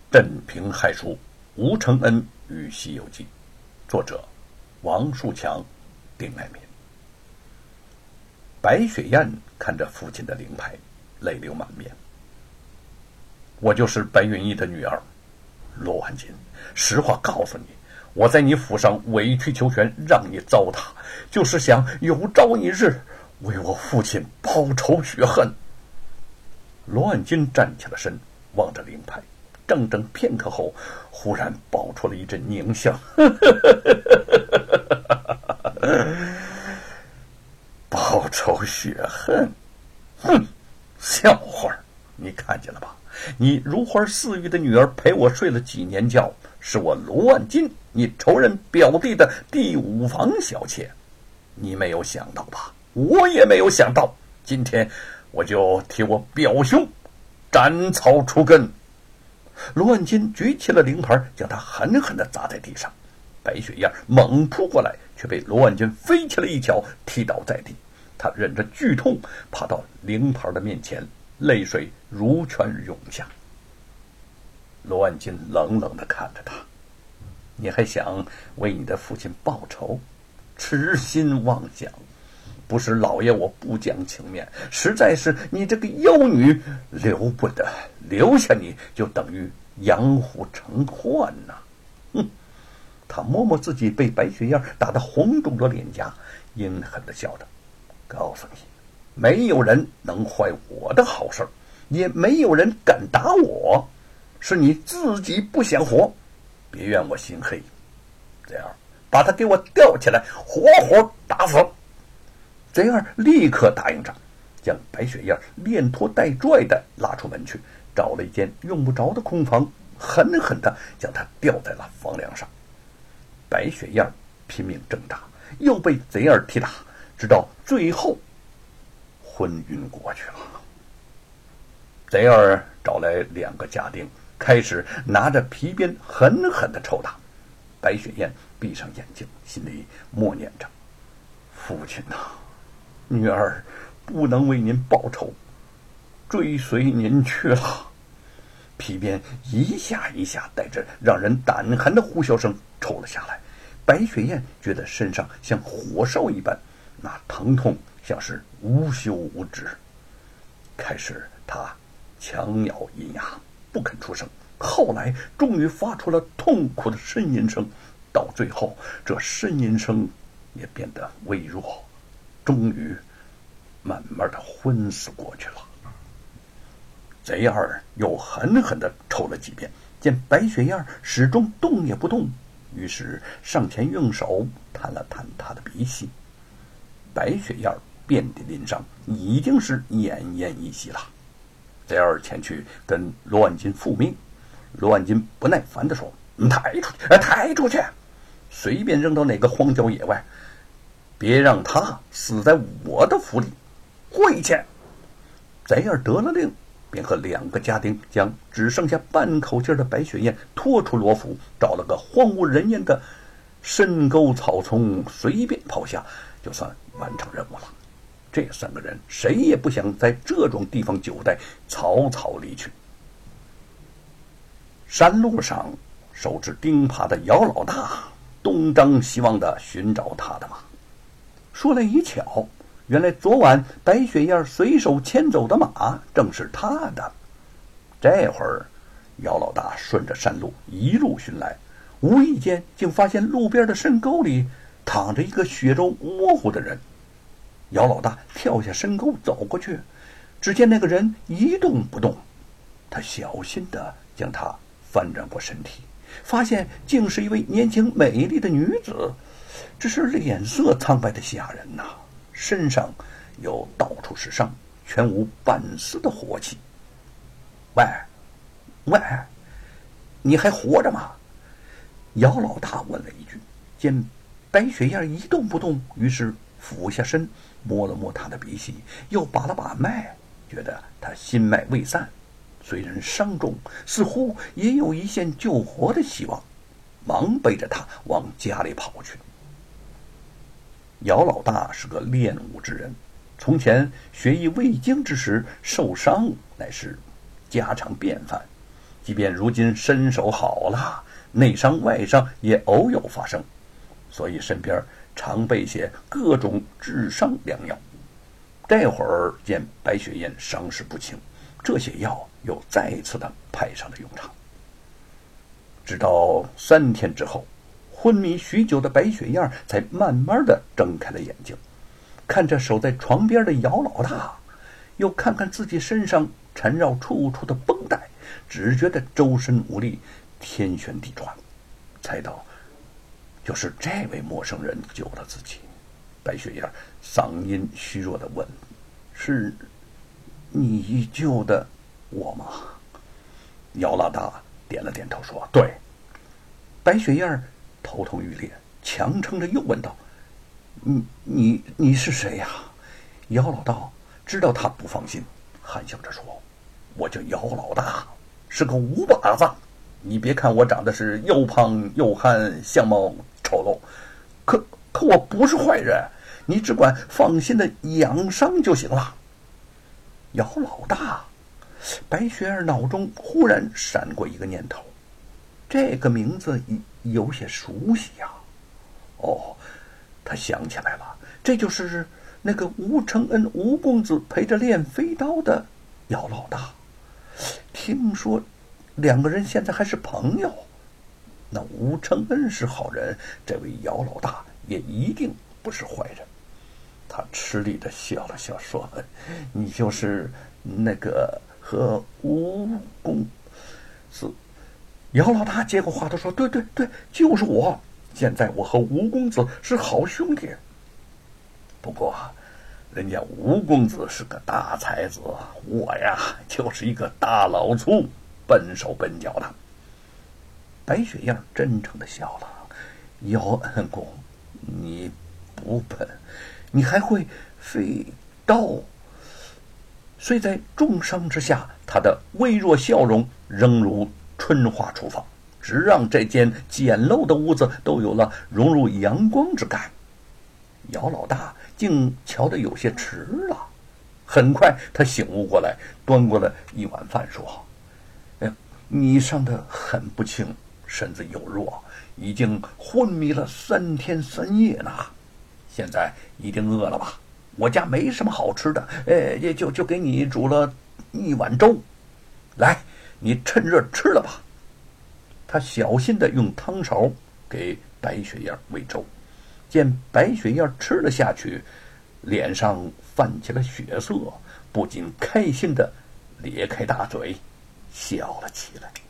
镇平害书吴承恩与西游记，作者王树强、丁爱民。白雪燕看着父亲的灵牌，泪流满面。我就是白云逸的女儿，罗万金，实话告诉你，我在你府上委曲求全，让你糟蹋，就是想有朝一日为我父亲报仇雪恨。罗万金站起了身，望着灵牌，怔怔片刻后，忽然爆出了一阵狞笑。报仇雪恨，哼，笑话，你看见了吧？你如花似玉的女儿陪我睡了几年觉，是我罗万金，你仇人表弟的第5房小妾。你没有想到吧？我也没有想到，今天我就替我表兄斩草除根。罗万金举起了灵牌，将他狠狠地砸在地上。白雪燕猛扑过来，却被罗万金飞起了一脚，踢倒在地。他忍着剧痛爬到灵牌的面前，泪水如泉涌下。罗万金冷冷地看着他，你还想为你的父亲报仇？痴心妄想！不是老爷我不讲情面，实在是你这个妖女留不得，留下你就等于养虎成患呐！他摸摸自己被白雪燕打得红肿的脸颊，阴狠地笑着，告诉你，没有人能坏我的好事，也没有人敢打我，是你自己不想活，别怨我心黑。这样，把他给我吊起来，活活打死。贼儿立刻答应着，将白雪燕连拖带拽地拉出门去，找了一间用不着的空房，狠狠地将他吊在了房梁上。白雪燕拼命挣扎，又被贼儿踢打，直到最后昏晕过去了。贼儿找来2个家丁，开始拿着皮鞭狠狠地抽打。白雪燕闭上眼睛，心里默念着，父亲呐，女儿不能为您报仇，追随您去了。皮鞭一下一下带着让人胆寒的呼啸声抽了下来。白雪燕觉得身上像火烧一般，那疼痛像是无休无止。开始她强咬银牙不肯出声，后来终于发出了痛苦的呻吟声，到最后这呻吟声也变得微弱，终于慢慢的昏死过去了。贼儿又狠狠地抽了几遍，见白雪燕始终动也不动，于是上前用手探了探她的鼻息。白雪燕遍体鳞伤，已经是奄奄一息了。贼儿前去跟罗万金复命，罗万金不耐烦地说，抬出去，抬出去，随便扔到哪个荒郊野外，别让他死在我的府里，跪去。贼儿得了令，便和2个家丁将只剩下半口气的白雪燕拖出罗府，找了个荒无人烟的深沟草丛，随便抛下，就算完成任务了。这3个人谁也不想在这种地方久待，草草离去。山路上手持钉耙的姚老大东张西望地寻找他的马。说来一巧，原来昨晚白雪燕随手牵走的马正是他的。这会儿姚老大顺着山路一路寻来，无意间竟发现路边的深沟里躺着一个血肉模糊的人。姚老大跳下深沟走过去，只见那个人一动不动，他小心地将他翻转过身体，发现竟是一位年轻美丽的女子，只是脸色苍白的吓人呐，身上又到处是伤，全无半丝的活气。喂，你还活着吗？姚老大问了一句，见白雪燕一动不动，于是俯下身摸了摸他的鼻息，又把了把脉，觉得他心脉未散，虽然伤重，似乎也有一线救活的希望，忙背着他往家里跑去。姚老大是个练武之人，从前学艺未精之时受伤乃是家常便饭， 即便如今身手好了，内伤外伤也偶有发生，所以身边常备些各种治伤良药。这会儿见白雪燕伤势不轻，这些药又再次的派上了用场。直到3天之后，昏迷许久的白雪燕才慢慢的睁开了眼睛，看着守在床边的姚老大，又看看自己身上缠绕处处的绷带，只觉得周身无力，天旋地转，猜到就是这位陌生人救了自己。白雪燕嗓音虚弱地问：“是你救的我吗？”姚老大点了点头说：“对。”白雪燕头痛欲裂，强撑着又问道：“你是谁呀？”姚老大知道他不放心，含笑着说：“我叫姚老大，是个五把子。你别看我长得是又胖又憨，相貌丑陋，可我不是坏人，你只管放心的养伤就行了。”姚老大，白雪儿脑中忽然闪过一个念头，这个名字有些熟悉呀。哦，他想起来了，这就是那个吴承恩吴公子陪着练飞刀的姚老大。听说2个人现在还是朋友，那吴承恩是好人，这位姚老大也一定不是坏人。他吃力的笑了笑说：“你就是那个和吴公子。”姚老大接过话头说：“对，就是我。现在我和吴公子是好兄弟。不过人家吴公子是个大才子，我呀就是一个大老粗，笨手笨脚的。”白雪燕真诚的笑了：“姚恩公，你不笨，你还会飞刀。”虽在重伤之下，他的微弱笑容仍如春花初放，只让这间简陋的屋子都有了融入阳光之感。姚老大竟瞧得有些迟了，很快他醒悟过来，端过了一碗饭说：“你伤得很不轻，身子又弱，已经昏迷了3天3夜呢。现在一定饿了吧？我家没什么好吃的，也就给你煮了一碗粥，来，你趁热吃了吧。”他小心地用汤勺给白雪燕喂粥，见白雪燕吃了下去，脸上泛起了血色，不禁开心地咧开大嘴笑了起来。